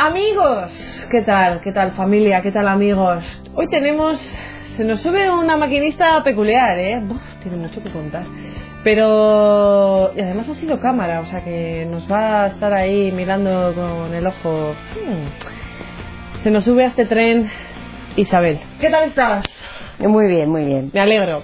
Amigos, ¿qué tal? ¿Qué tal familia? ¿Qué tal amigos? Hoy se nos sube una maquinista peculiar, tiene mucho que contar. Pero, y además ha sido cámara, o sea que nos va a estar ahí mirando con el ojo. Se nos sube a este tren Isabel. ¿Qué tal estás? Muy bien, muy bien. Me alegro.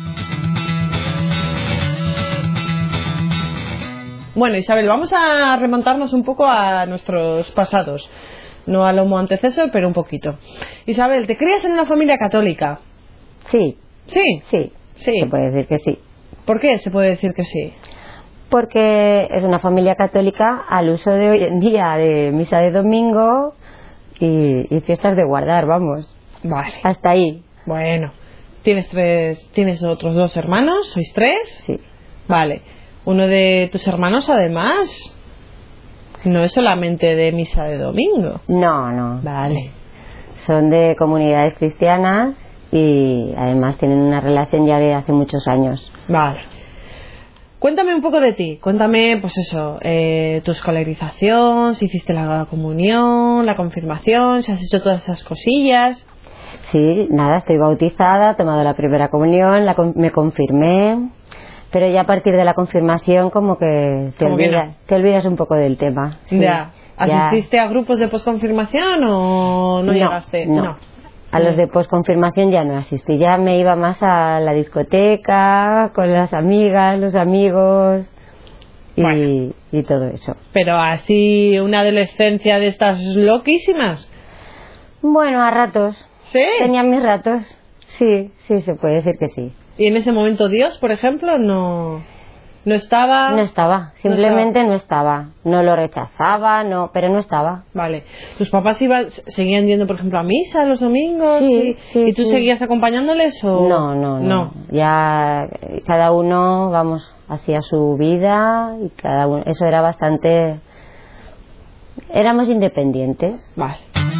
Bueno, Isabel, vamos a remontarnos un poco a nuestros pasados. No al homo antecesor, pero un poquito. Isabel, ¿te crías en una familia católica? Sí. ¿Sí? Sí. Sí. Se puede decir que sí. ¿Por qué se puede decir que sí? Porque es una familia católica al uso de hoy en día de misa de domingo y fiestas de guardar, vamos. Vale. Hasta ahí. Bueno. ¿Tienes otros dos hermanos? ¿Sois tres? Sí. Vale. Uno de tus hermanos, además, no es solamente de misa de domingo. No, no. Vale. Son de comunidades cristianas y además tienen una relación ya de hace muchos años. Vale. Cuéntame un poco de ti. Cuéntame, pues eso, tu escolarización, si hiciste la comunión, la confirmación, si has hecho todas esas cosillas. Sí, nada, estoy bautizada, he tomado la primera comunión, me confirmé. Pero ya a partir de la confirmación como que te olvidas un poco del tema. Sí. Ya. ¿Asististe a grupos de posconfirmación o no llegaste? No. A los de posconfirmación ya no asistí. Ya me iba más a la discoteca, con las amigas, los amigos y todo eso. Pero así una adolescencia de estas loquísimas. Bueno, a ratos. ¿Sí? Tenía mis ratos. Sí, se puede decir que sí. ¿Y en ese momento Dios, por ejemplo, no estaba? No estaba, simplemente no estaba. No lo rechazaba, pero no estaba. Vale. ¿Tus papás seguían yendo, por ejemplo, a misa los domingos? Sí, ¿Y tú seguías acompañándoles o...? No. Ya cada uno, hacía su vida y cada uno... Eso era bastante... Éramos independientes. Vale.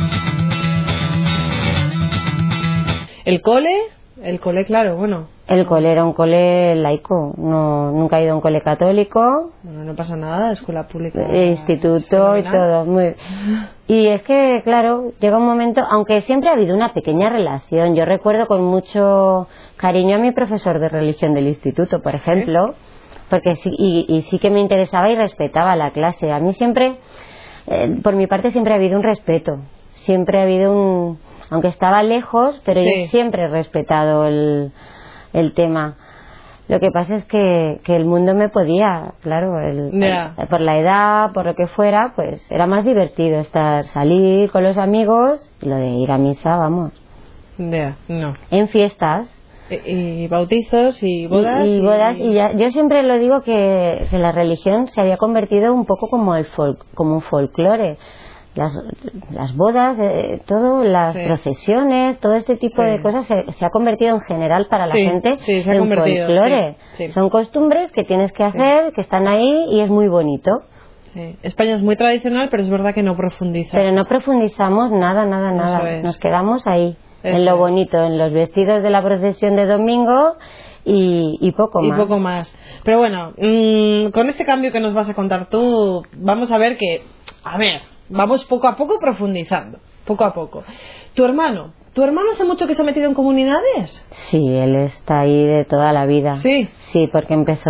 ¿El cole, claro, bueno. El cole era un cole laico, nunca he ido a un cole católico. Bueno, no pasa nada, escuela pública. Instituto y todo. Y es que, claro, llega un momento, aunque siempre ha habido una pequeña relación. Yo recuerdo con mucho cariño a mi profesor de religión del instituto, por ejemplo, porque sí que me interesaba y respetaba la clase. A mí siempre, por mi parte, siempre ha habido un respeto. Siempre ha habido aunque estaba lejos, pero yo siempre he respetado el tema. Lo que pasa es que el mundo me podía, claro, por la edad, por lo que fuera, pues era más divertido salir con los amigos y lo de ir a misa, vamos. No. En fiestas. Y bautizos y bodas. Y bodas, y ya, yo siempre lo digo que la religión se había convertido un poco como un folclore. Las bodas, las procesiones, todo este tipo de cosas se ha convertido en general para la gente en folclore. Son costumbres que tienes que hacer, que están ahí y es muy bonito. Sí. España es muy tradicional, pero es verdad que no profundiza. Pero no profundizamos nada. Nos quedamos ahí, en lo bonito, en los vestidos de la procesión de domingo y poco más. Y poco más. Pero bueno, con este cambio que nos vas a contar tú, vamos a ver vamos poco a poco profundizando, poco a poco. ¿Tu hermano hace mucho que se ha metido en comunidades? Sí, él está ahí de toda la vida. Sí. Sí, porque empezó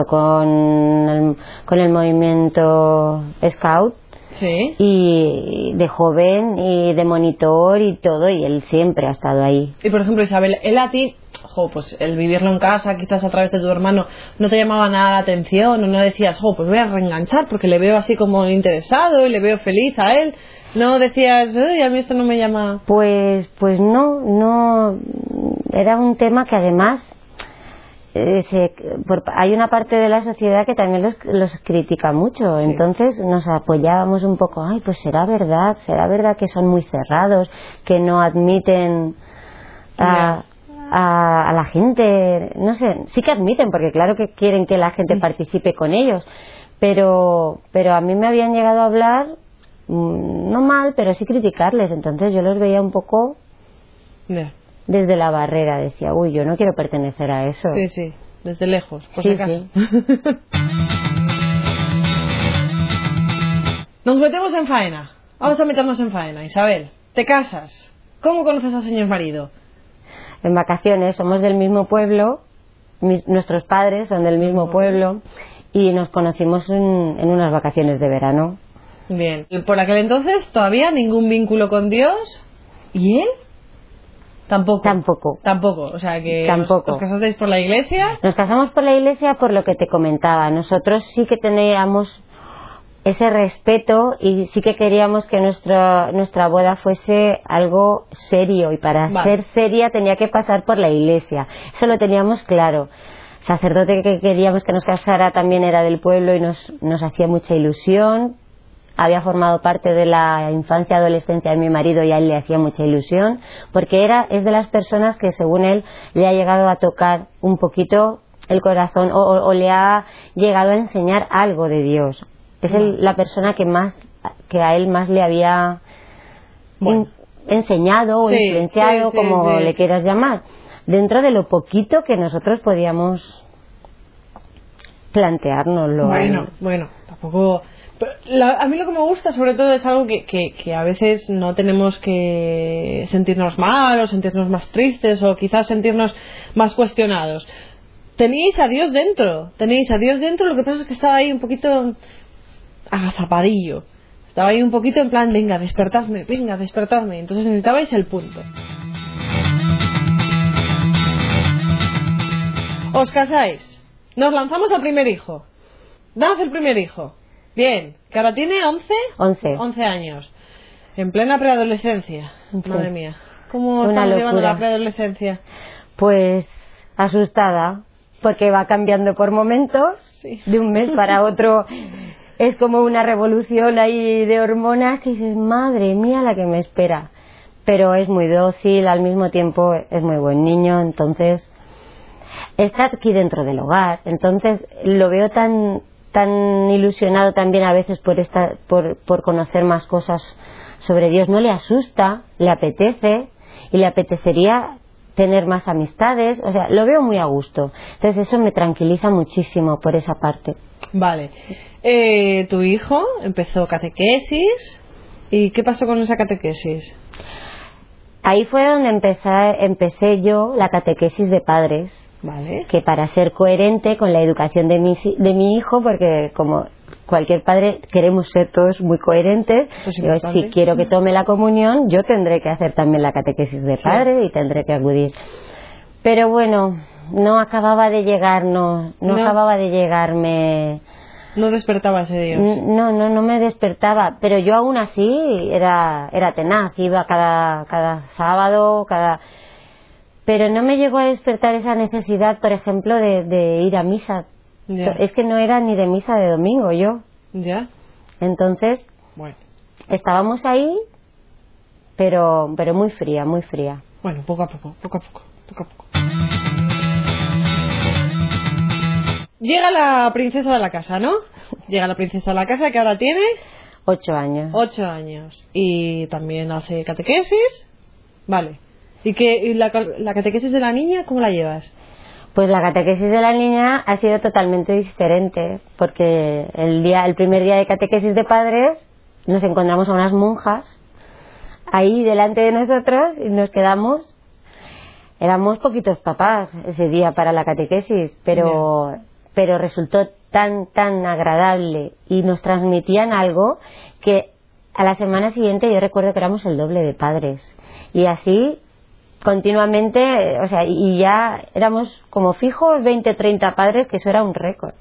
con el movimiento Scout. Sí. Y de joven y de monitor y todo, y él siempre ha estado ahí. Y por ejemplo, Isabel, él a ti, pues el vivirlo en casa, quizás a través de tu hermano, no te llamaba nada la atención, o no decías, pues voy a reenganchar porque le veo así como interesado y le veo feliz a él. ¿No decías, a mí esto no me llama? Pues no, era un tema que además hay una parte de la sociedad que también los critica mucho. Sí. Entonces nos apoyábamos un poco, pues será verdad que son muy cerrados, que no admiten a la gente, no sé, sí que admiten, porque claro que quieren que la gente participe con ellos, pero a mí me habían llegado a hablar, no mal, pero sí criticarles. Entonces yo los veía un poco desde la barrera, decía, yo no quiero pertenecer a eso. Sí, desde lejos, por si acaso. Sí. Nos metemos en faena. Vamos a meternos en faena. Isabel, te casas. ¿Cómo conoces al señor marido? En vacaciones, somos del mismo pueblo, nuestros padres son del mismo pueblo y nos conocimos en unas vacaciones de verano. Bien. Y por aquel entonces todavía ningún vínculo con Dios. ¿Y él? Tampoco. O sea que os casasteis por la iglesia. Nos casamos por la iglesia por lo que te comentaba. Nosotros sí que teníamos ese respeto y sí que queríamos que nuestra boda fuese algo serio, y para ser seria tenía que pasar por la iglesia. Eso lo teníamos claro. El sacerdote que queríamos que nos casara también era del pueblo y nos hacía mucha ilusión. Había formado parte de la infancia y adolescencia de mi marido y a él le hacía mucha ilusión, porque es de las personas que, según él, le ha llegado a tocar un poquito el corazón o le ha llegado a enseñar algo de Dios. Es la persona que a él más le había enseñado o influenciado, como le quieras llamar, dentro de lo poquito que nosotros podíamos planteárnoslo. Bueno, tampoco... A mí lo que me gusta sobre todo es algo que a veces no tenemos que sentirnos mal o sentirnos más tristes o quizás sentirnos más cuestionados. Teníais a Dios dentro, lo que pasa es que estaba ahí un poquito agazapadillo, estaba ahí un poquito en plan, venga, despertadme, entonces necesitabais el punto. Os casáis, nos lanzamos al primer hijo, nace el primer hijo. Bien, que ahora tiene 11 años. En plena preadolescencia. Madre mía. ¿Cómo estamos llevando la preadolescencia? Pues asustada, porque va cambiando por momentos, de un mes para otro. Es como una revolución ahí de hormonas que dices, madre mía, la que me espera. Pero es muy dócil, al mismo tiempo es muy buen niño, entonces está aquí dentro del hogar. Entonces lo veo tan ilusionado también a veces por conocer más cosas sobre Dios. No le asusta, le apetece y le apetecería tener más amistades, o sea, lo veo muy a gusto. Entonces eso me tranquiliza muchísimo por esa parte. Vale. Tu hijo empezó catequesis, ¿y qué pasó con esa catequesis? Ahí fue donde empecé yo la catequesis de padres. Vale. Que para ser coherente con la educación de mi hijo, porque como cualquier padre queremos ser todos muy coherentes, digo, si quiero que tome la comunión, yo tendré que hacer también la catequesis de padre y tendré que acudir. Pero bueno, no acababa de llegarme. No despertaba ese Dios. No me despertaba, pero yo aún así era tenaz, iba cada sábado, pero no me llegó a despertar esa necesidad, por ejemplo, de ir a misa. Ya. Es que no era ni de misa de domingo yo. Ya. Entonces, estábamos ahí, pero muy fría. Bueno, poco a poco. Llega la princesa de la casa, ¿no? Llega la princesa de la casa, que ahora tiene 8 años. 8 años. Y también hace catequesis. Vale. ¿Y la catequesis de la niña, cómo la llevas? Pues la catequesis de la niña ha sido totalmente diferente, porque el primer día de catequesis de padres nos encontramos a unas monjas ahí delante de nosotros y nos quedamos. Éramos poquitos papás ese día para la catequesis, pero resultó tan agradable y nos transmitían algo que a la semana siguiente yo recuerdo que éramos el doble de padres. Y así continuamente, o sea, y ya éramos como fijos 20-30 padres, que eso era un récord.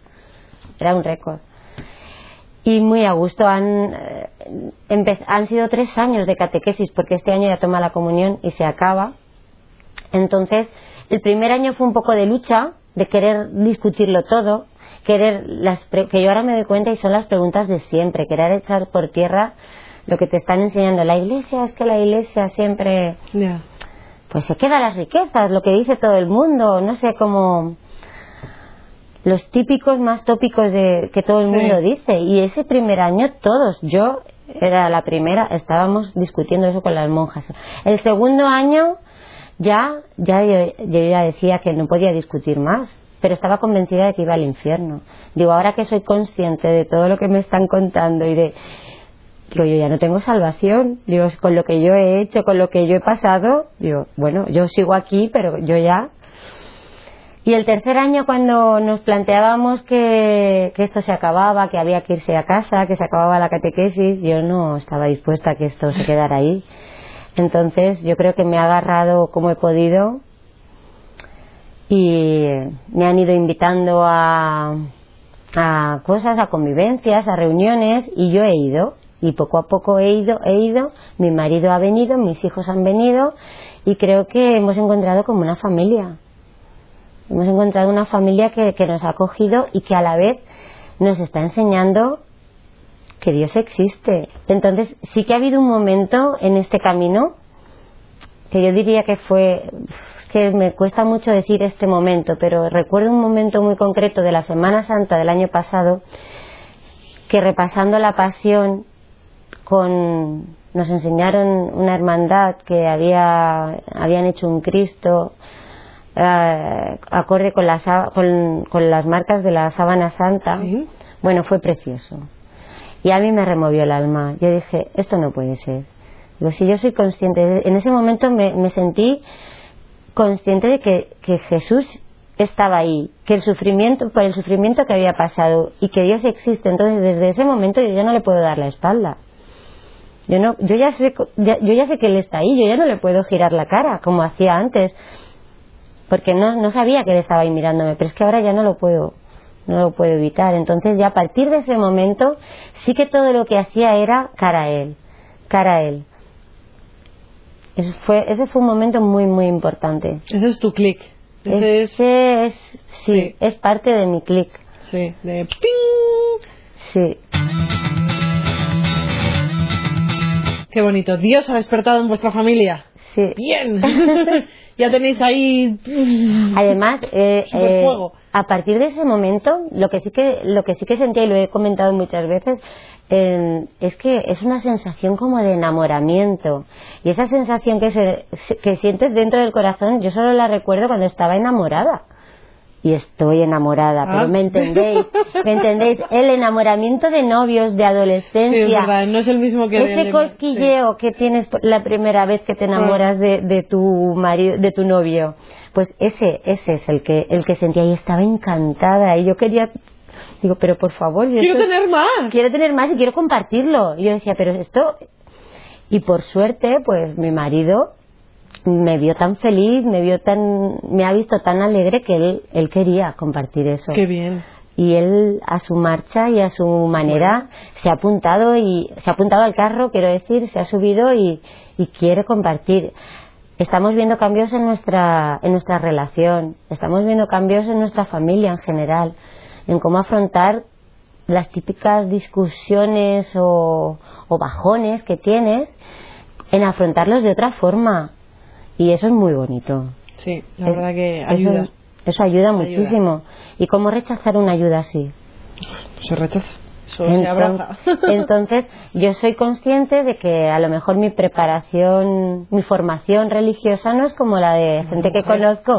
Y muy a gusto. Han sido 3 años de catequesis, porque este año ya toma la comunión y se acaba. Entonces, el primer año fue un poco de lucha, de querer discutirlo todo, que yo ahora me doy cuenta y son las preguntas de siempre, querer echar por tierra lo que te están enseñando. La iglesia, es que la iglesia siempre... Yeah. Pues se queda las riquezas, lo que dice todo el mundo, no sé, como los típicos más tópicos que todo el mundo dice. Y ese primer año todos, yo era la primera, estábamos discutiendo eso con las monjas. El segundo año yo ya decía que no podía discutir más, pero estaba convencida de que iba al infierno. Digo, ahora que soy consciente de todo lo que me están contando y de Digo, yo ya no tengo salvación. Digo, con lo que yo he hecho, con lo que yo he pasado, digo, bueno, yo sigo aquí, pero yo ya... Y el tercer año, cuando nos planteábamos que esto se acababa, que había que irse a casa, que se acababa la catequesis, yo no estaba dispuesta a que esto se quedara ahí. Entonces yo creo que me he agarrado como he podido y me han ido invitando a cosas, a convivencias, a reuniones, y yo he ido. Y poco a poco he ido, mi marido ha venido, mis hijos han venido, y creo que hemos encontrado como una familia. Hemos encontrado una familia que nos ha acogido y que a la vez nos está enseñando que Dios existe. Entonces sí que ha habido un momento en este camino que yo diría que fue, que me cuesta mucho decir este momento, pero recuerdo un momento muy concreto de la Semana Santa del año pasado, que repasando la Pasión nos enseñaron una hermandad que habían hecho un Cristo acorde con las marcas de la sábana santa. ¿Sí? Bueno, fue precioso y a mí me removió el alma. Yo dije, esto no puede ser. Digo, si yo soy consciente, en ese momento me sentí consciente de que Jesús estaba ahí, que por el sufrimiento que había pasado, y que Dios existe. Entonces desde ese momento yo ya no le puedo dar la espalda. Yo ya sé que Él está ahí, yo ya no le puedo girar la cara como hacía antes, porque no sabía que Él estaba ahí mirándome, pero es que ahora ya no lo puedo evitar. Entonces ya a partir de ese momento sí que todo lo que hacía era cara a Él. Ese fue un momento muy muy importante. Ese es tu clic. Sí, es parte de mi clic. Sí, de ping. Sí. Qué bonito. Dios ha despertado en vuestra familia. Sí. Bien. Ya tenéis ahí. Además, a partir de ese momento, lo que sí que sentía, y lo he comentado muchas veces, es que es una sensación como de enamoramiento. Y esa sensación que sientes dentro del corazón, yo solo la recuerdo cuando estaba enamorada. Y estoy enamorada, pero ¿me entendéis? El enamoramiento de novios, de adolescencia. Sí, es verdad, no es el mismo que ese cosquilleo que tienes la primera vez que te enamoras de tu marido, de tu novio. Pues ese es el que sentía, y estaba encantada, y yo quería, digo, pero por favor, quiero tener más y quiero compartirlo. Y yo decía, pero esto, y por suerte, pues mi marido me vio tan feliz, me ha visto tan alegre, que él quería compartir eso. Qué bien. Y él, a su marcha y a su manera, se ha apuntado al carro, quiero decir, se ha subido y quiere compartir. Estamos viendo cambios en nuestra relación, estamos viendo cambios en nuestra familia en general, en cómo afrontar las típicas discusiones o bajones que tienes, en afrontarlos de otra forma. Y eso es muy bonito. Sí, la verdad que ayuda. Eso ayuda muchísimo. ¿Y cómo rechazar una ayuda así? Se rechaza. Se abraza. Entonces, yo soy consciente de que a lo mejor mi formación religiosa no es como la de gente que conozco.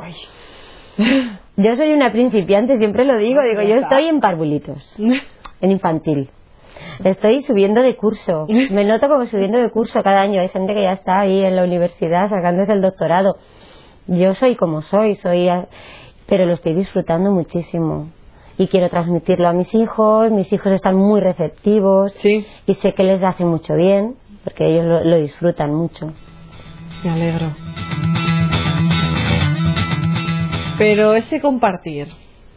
Yo soy una principiante, siempre lo digo. Yo estoy en parvulitos, en infantil. Estoy subiendo de curso, me noto como subiendo de curso cada año. Hay gente que ya está ahí en la universidad sacándose el doctorado. Yo soy como soy, pero lo estoy disfrutando muchísimo y quiero transmitirlo a mis hijos están muy receptivos. Sí. Y sé que les hace mucho bien, porque ellos lo disfrutan mucho. Me alegro. Pero ese compartir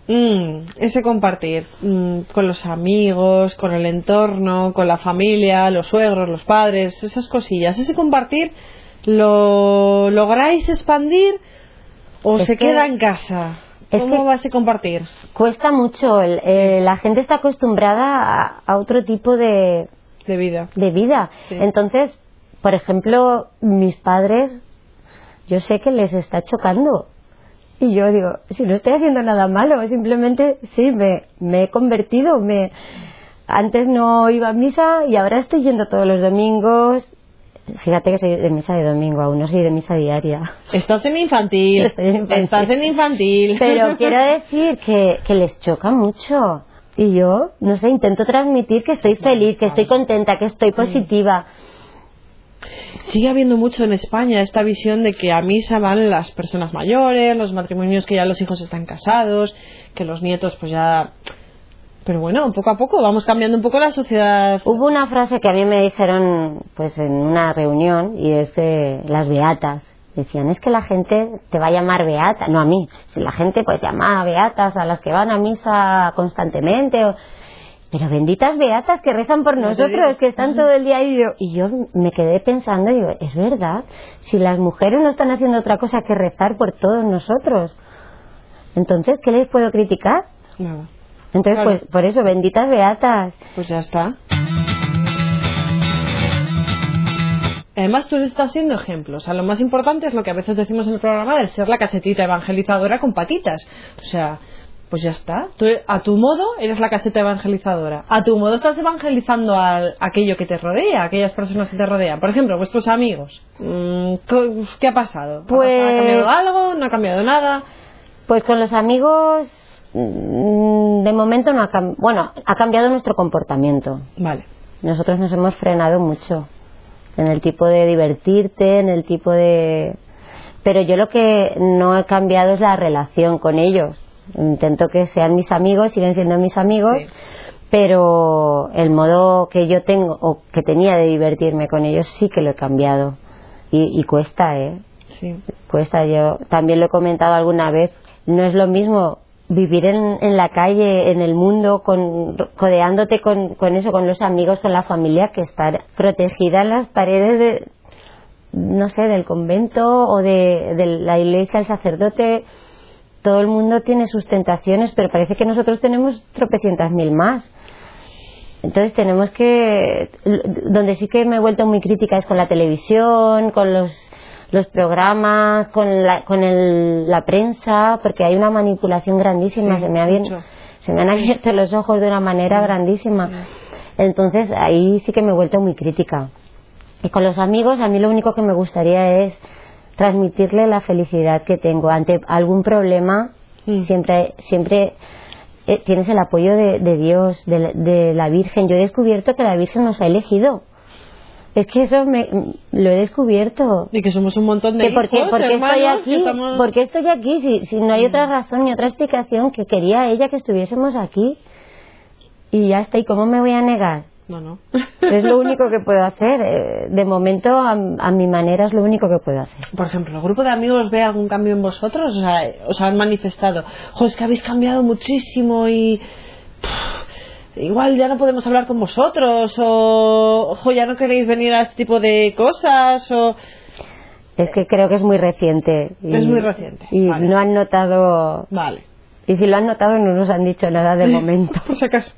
con los amigos, con el entorno, con la familia, los suegros, los padres, esas cosillas, ese compartir, ¿lo lográis expandir o se queda en casa? ¿Cómo va ese compartir? Cuesta mucho. La gente está acostumbrada a otro tipo de vida. Sí. Entonces, por ejemplo, mis padres, yo sé que les está chocando. Y yo digo, si no estoy haciendo nada malo, simplemente sí, me he convertido. Antes no iba a misa y ahora estoy yendo todos los domingos. Fíjate que soy de misa de domingo, aún no soy de misa diaria. Estás en infantil. Estás en infantil. Pero quiero decir que les choca mucho. Y yo, no sé, intento transmitir que estoy feliz, que estoy contenta, que estoy positiva. Sigue habiendo mucho en España esta visión de que a misa van las personas mayores, los matrimonios que ya los hijos están casados, que los nietos pues ya... Pero bueno, poco a poco vamos cambiando un poco la sociedad. Hubo una frase que a mí me dijeron pues en una reunión, y es las beatas. Decían, es que la gente te va a llamar beata, no a mí, si la gente pues llama a beatas a las que van a misa constantemente, pero benditas beatas que rezan por nosotros, que están todo el día ahí. Y yo me quedé pensando, digo, es verdad, si las mujeres no están haciendo otra cosa que rezar por todos nosotros, entonces, ¿qué les puedo criticar? Nada. Entonces, Claro. pues por eso, benditas beatas. Pues ya está. Además, tú estás siendo ejemplo. O sea, lo más importante es lo que a veces decimos en el programa de ser la casetita evangelizadora con patitas. O sea, pues ya está. Tú, a tu modo, eres la caseta evangelizadora. A tu modo estás evangelizando a aquello que te rodea, a aquellas personas que te rodean. Por ejemplo, vuestros amigos. ¿Qué ha pasado? Pues... ¿Ha cambiado algo? ¿No ha cambiado nada? Pues con los amigos, de momento no ha cambiado. Bueno, ha cambiado nuestro comportamiento. Vale. Nosotros nos hemos frenado mucho en el tipo de divertirte, en el tipo de... Pero yo lo que no he cambiado es la relación con ellos. Intento que sean mis amigos, siguen siendo mis amigos, sí. Pero el modo que yo tengo o que tenía de divertirme con ellos sí que lo he cambiado. Y cuesta, Sí. Cuesta. Yo también lo he comentado alguna vez. No es lo mismo vivir en la calle, en el mundo, codeándote con eso, con los amigos, con la familia, que estar protegida en las paredes no sé, del convento o de la iglesia, el sacerdote. Todo el mundo tiene sus tentaciones, pero parece que nosotros tenemos tropecientas mil más. Entonces tenemos que... Donde sí que me he vuelto muy crítica es con la televisión, con los programas, con la prensa, porque hay una manipulación grandísima. Sí, se me han abierto los ojos de una manera grandísima. Entonces ahí sí que me he vuelto muy crítica. Y con los amigos, a mí lo único que me gustaría es transmitirle la felicidad que tengo ante algún problema. Siempre tienes el apoyo de Dios, de la Virgen. Yo he descubierto que la Virgen nos ha elegido. Es que eso lo he descubierto. Y que somos un montón de hijos, ¿Por qué hermanos, estoy aquí? estamos... ¿Por qué estoy aquí? Si no hay otra razón ni otra explicación, que quería ella que estuviésemos aquí. Y ya está. ¿Y cómo me voy a negar? No. Es lo único que puedo hacer. De momento, a mi manera, es lo único que puedo hacer. Por ejemplo, ¿el grupo de amigos ve algún cambio en vosotros? O sea, ¿os han manifestado? Es que habéis cambiado muchísimo y... igual ya no podemos hablar con vosotros, o ya no queréis venir a este tipo de cosas, o... Es que creo que es muy reciente. Es muy reciente. Y vale. No han notado... Vale. Y si lo han notado, no nos han dicho nada de momento. Por si acaso.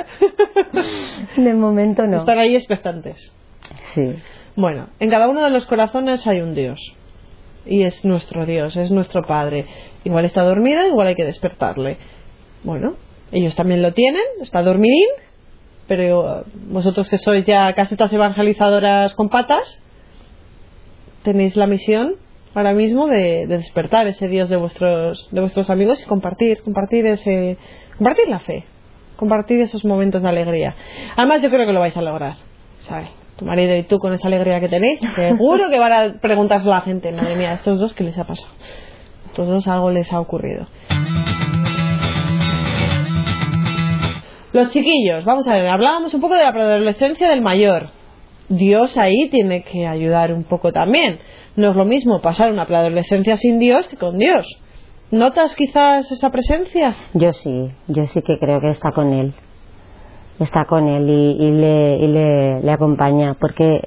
De momento no. Están ahí expectantes. Sí. Bueno, en cada uno de los corazones hay un Dios. Y es nuestro Dios, es nuestro Padre. Igual está dormido, igual hay que despertarle. Bueno, ellos también lo tienen, está dormidín, pero vosotros que sois ya casetas evangelizadoras con patas, tenéis la misión ahora mismo de despertar ese Dios de vuestros amigos y compartir la fe, compartir esos momentos de alegría. Además, yo creo que lo vais a lograr, ¿sabes? Tu marido y tú, con esa alegría que tenéis, seguro que van a preguntarse a la gente, madre mía, a estos dos, ¿qué les ha pasado? A estos dos algo les ha ocurrido. Los chiquillos, vamos a ver, hablábamos un poco de la preadolescencia del mayor. Dios ahí tiene que ayudar un poco también. No es lo mismo pasar una preadolescencia sin Dios que con Dios. ¿Notas quizás esa presencia? Yo sí que creo que está con él. Está con él y le acompaña, porque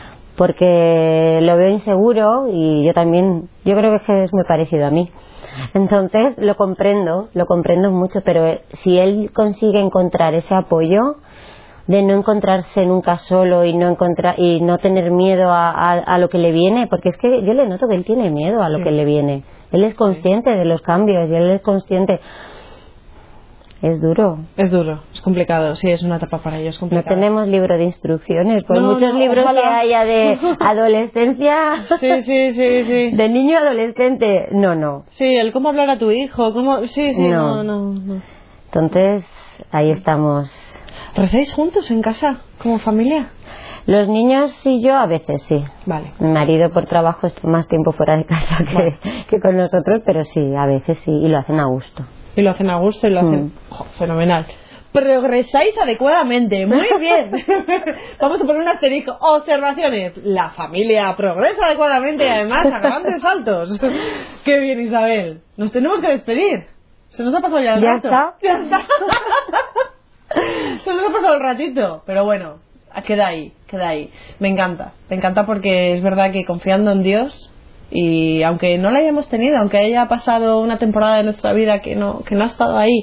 lo veo inseguro y yo creo que es muy parecido a mí. Entonces lo comprendo mucho, pero si él consigue encontrar ese apoyo de no encontrarse nunca solo y no tener miedo a lo que le viene, porque es que yo le noto que él tiene miedo a lo que le viene. Él es consciente de los cambios y él es consciente. Es duro. Es complicado, sí, es una etapa para ellos complicada. No tenemos libro de instrucciones, pues muchos libros ojalá. Que haya de adolescencia. Sí. De niño adolescente, no. Sí, el cómo hablar a tu hijo, cómo... Sí, no. Entonces, ahí estamos. ¿Rezáis juntos en casa, como familia? Los niños y yo a veces sí. Vale. Mi marido por trabajo está más tiempo fuera de casa que con nosotros, pero sí, a veces sí, y lo hacen a gusto. Y lo hacen a gusto y lo hacen fenomenal. Progresáis adecuadamente, muy bien. Vamos a poner un asterisco. Observaciones. La familia progresa adecuadamente y además a grandes saltos. Qué bien, Isabel. Nos tenemos que despedir. Se nos ha pasado ya el rato. Ya está. Se nos ha pasado el ratito. Pero bueno, queda ahí. Me encanta porque es verdad que confiando en Dios, y aunque no la hayamos tenido, aunque haya pasado una temporada de nuestra vida que no ha estado ahí,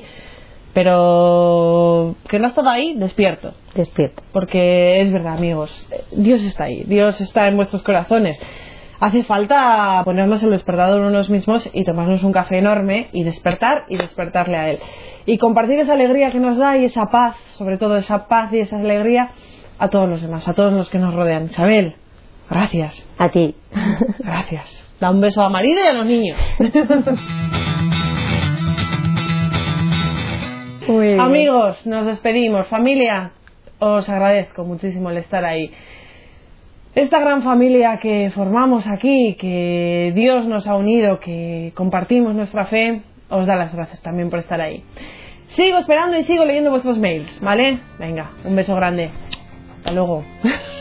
pero que no ha estado ahí, despierto. Porque es verdad, amigos, Dios está ahí, Dios está en vuestros corazones. Hace falta ponernos el despertador unos mismos y tomarnos un café enorme y despertarle a Él. Y compartir esa alegría que nos da y esa paz, sobre todo esa paz y esa alegría a todos los demás, a todos los que nos rodean. Isabel, gracias. A ti. Gracias. Da un beso a Marida y a los niños. Amigos, nos despedimos. Familia, os agradezco muchísimo el estar ahí. Esta gran familia que formamos aquí, que Dios nos ha unido, que compartimos nuestra fe, os da las gracias también por estar ahí. Sigo esperando y sigo leyendo vuestros mails, ¿vale? Venga, un beso grande. Hasta luego.